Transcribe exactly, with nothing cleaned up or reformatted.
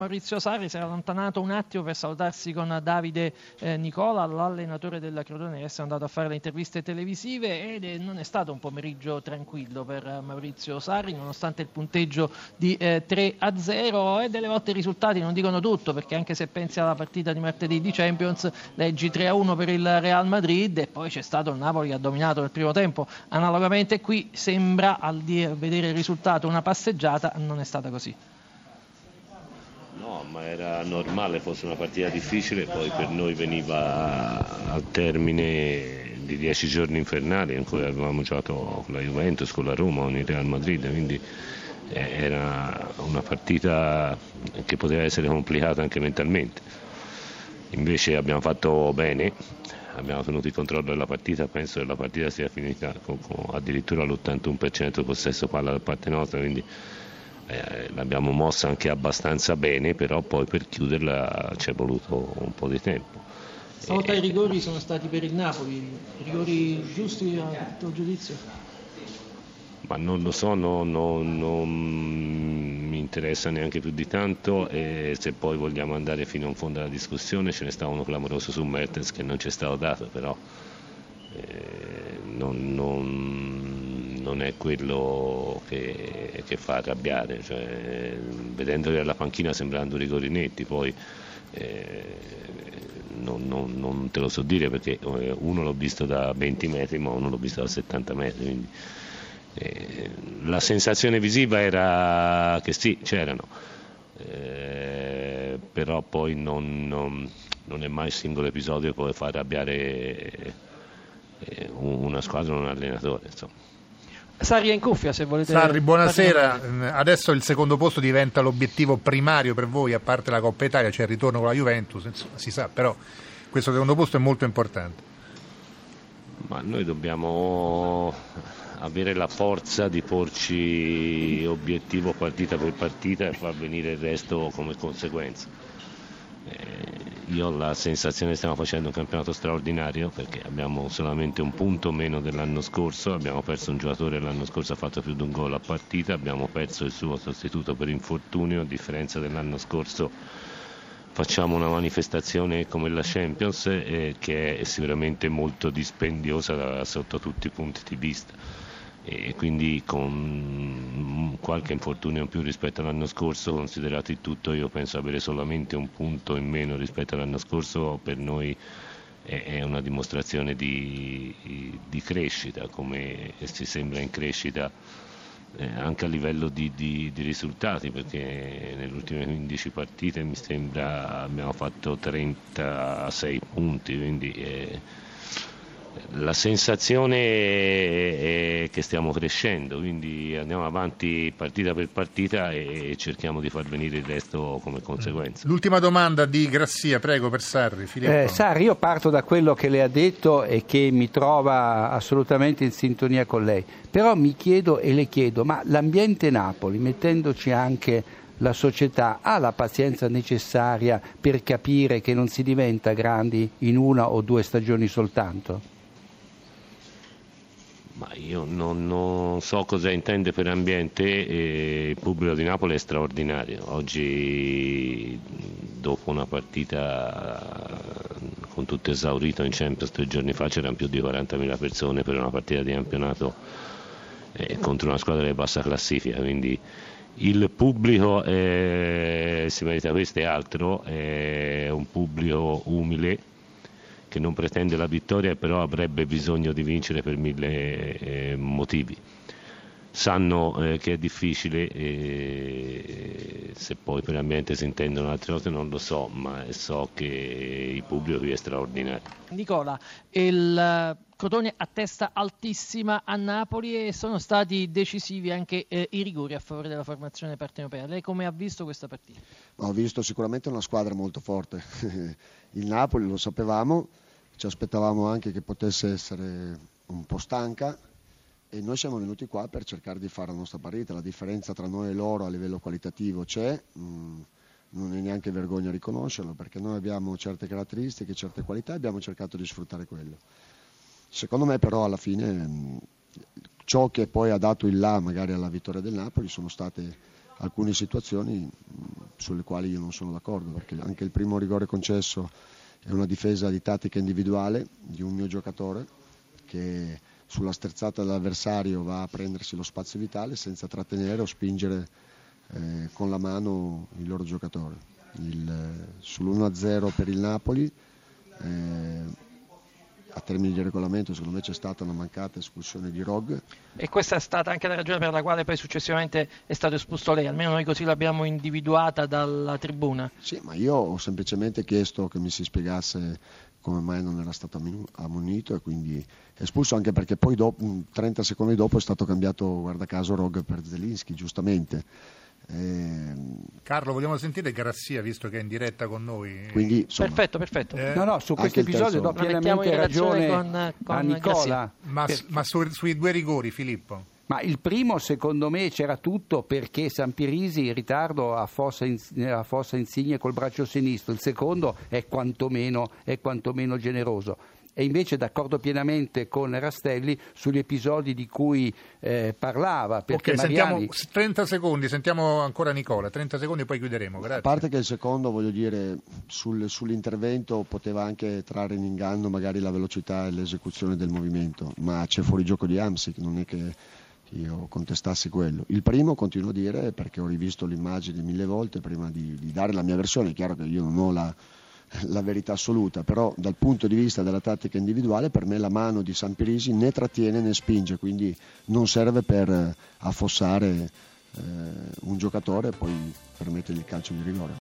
Maurizio Sarri si era allontanato un attimo per salutarsi con Davide eh, Nicola, l'allenatore della Crotone, che è andato a fare le interviste televisive, ed è, non è stato un pomeriggio tranquillo per eh, Maurizio Sarri, nonostante il punteggio di eh, tre a zero, e delle volte i risultati non dicono tutto, perché anche se pensi alla partita di martedì di Champions, leggi tre a uno per il Real Madrid e poi c'è stato il Napoli che ha dominato nel primo tempo. Analogamente qui sembra, al di vedere il risultato, una passeggiata, non è stata così. No, ma era normale fosse una partita difficile, poi per noi veniva al termine di dieci giorni infernali in cui avevamo giocato con la Juventus, con la Roma, con il Real Madrid, quindi era una partita che poteva essere complicata anche mentalmente. Invece abbiamo fatto bene, abbiamo tenuto il controllo della partita, penso che la partita sia finita con, con addirittura l'ottantuno per cento possesso palla da parte nostra, quindi Eh, l'abbiamo mossa anche abbastanza bene, però poi per chiuderla ci è voluto un po' di tempo. Stavolta e... i rigori sono stati per il Napoli, rigori giusti a tuo giudizio? Ma non lo so, no, no, non mi interessa neanche più di tanto, e se poi vogliamo andare fino in fondo alla discussione ce ne sta uno clamoroso su Mertens che non ci è stato dato, però eh, non, non, non è quello che, che fa arrabbiare, cioè, vedendoli alla panchina sembrando rigori netti, poi eh, non, non, non te lo so dire perché uno l'ho visto da venti metri ma uno l'ho visto da settanta metri, quindi eh, la sensazione visiva era che sì, c'erano, eh, però poi non, non, non è mai il singolo episodio che può far arrabbiare una squadra o un allenatore, insomma. Sarri è in cuffia, se volete. Sarri, buonasera. Adesso il secondo posto diventa l'obiettivo primario per voi, a parte la Coppa Italia, cioè il ritorno con la Juventus, insomma, si sa, però questo secondo posto è molto importante. Ma noi dobbiamo avere la forza di porci obiettivo partita per partita e far venire il resto come conseguenza. Eh, io ho la sensazione che stiamo facendo un campionato straordinario perché abbiamo solamente un punto meno dell'anno scorso, abbiamo perso un giocatore l'anno scorso, ha fatto più di un gol a partita, abbiamo perso il suo sostituto per infortunio, a differenza dell'anno scorso facciamo una manifestazione come la Champions eh, che è sicuramente molto dispendiosa da, sotto tutti i punti di vista. E quindi con qualche infortunio in più rispetto all'anno scorso, considerato il tutto, io penso avere solamente un punto in meno rispetto all'anno scorso per noi è una dimostrazione di, di crescita, come si sembra in crescita eh, anche a livello di, di, di risultati, perché nelle ultime quindici partite mi sembra abbiamo fatto trentasei punti, quindi eh, la sensazione è che stiamo crescendo, quindi andiamo avanti partita per partita e cerchiamo di far venire il resto come conseguenza. L'ultima domanda di Grassia, prego, per Sarri. Eh, Sarri, io parto da quello che lei ha detto e che mi trova assolutamente in sintonia con lei, però mi chiedo e le chiedo, ma l'ambiente Napoli, mettendoci anche la società, ha la pazienza necessaria per capire che non si diventa grandi in una o due stagioni soltanto? Ma io non, non so cosa intende per ambiente, e il pubblico di Napoli è straordinario. Oggi, dopo una partita con tutto esaurito in Champions tre giorni fa, c'erano più di quarantamila persone per una partita di campionato eh, contro una squadra di bassa classifica, quindi il pubblico eh, si merita questo e altro, è un pubblico umile che non pretende la vittoria, però avrebbe bisogno di vincere per mille eh, motivi. Sanno eh, che è difficile, e se poi per ambiente si intendono altre cose non lo so, ma so che il pubblico qui è straordinario. Nicola, il Crotone a testa altissima a Napoli e sono stati decisivi anche eh, i rigori a favore della formazione partenopea. Lei come ha visto questa partita? Ho visto sicuramente una squadra molto forte. Il Napoli lo sapevamo, ci aspettavamo anche che potesse essere un po' stanca e noi siamo venuti qua per cercare di fare la nostra partita. La differenza tra noi e loro a livello qualitativo c'è, mh, non è neanche vergogna a riconoscerlo, perché noi abbiamo certe caratteristiche, certe qualità e abbiamo cercato di sfruttare quello. Secondo me però alla fine mh, ciò che poi ha dato il là magari alla vittoria del Napoli sono state alcune situazioni sulle quali io non sono d'accordo, perché anche il primo rigore concesso è una difesa di tattica individuale di un mio giocatore che sulla sterzata dell'avversario va a prendersi lo spazio vitale senza trattenere o spingere eh, con la mano il loro giocatore. Il, sull'uno a zero per il Napoli, eh, a termini di regolamento secondo me c'è stata una mancata espulsione di Rog. E questa è stata anche la ragione per la quale poi successivamente è stato espulso lei, almeno noi così l'abbiamo individuata dalla tribuna. Sì, ma io ho semplicemente chiesto che mi si spiegasse come mai non era stato ammonito e quindi espulso, anche perché poi dopo, trenta secondi dopo è stato cambiato guarda caso Rog per Zelinski, giustamente. Eh, Carlo, vogliamo sentire Garassia visto che è in diretta con noi? Quindi, insomma, perfetto, perfetto. Eh, No, no, su questo episodio do pienamente ragione con, con a Nicola. Ma, per... ma su, sui due rigori, Filippo? Ma il primo, secondo me, c'era tutto perché Sampirisi in ritardo a Fossa, a Fossa Insigne col braccio sinistro. Il secondo è quantomeno, è quantomeno generoso. E invece d'accordo pienamente con Rastelli sugli episodi di cui eh, parlava. Perché ok, Mariani... sentiamo trenta secondi, sentiamo ancora Nicola, trenta secondi e poi chiuderemo. Grazie. A parte che il secondo, voglio dire, sul, sull'intervento poteva anche trarre in inganno magari la velocità e l'esecuzione del movimento, ma c'è fuori gioco di Hamsik, non è che io contestassi quello. Il primo, continuo a dire, perché ho rivisto l'immagine mille volte prima di, di dare la mia versione, è chiaro che io non ho la... la verità assoluta, però dal punto di vista della tattica individuale per me la mano di Sampirisi né trattiene né spinge, quindi non serve per affossare eh, un giocatore e poi permettergli il calcio di rigore.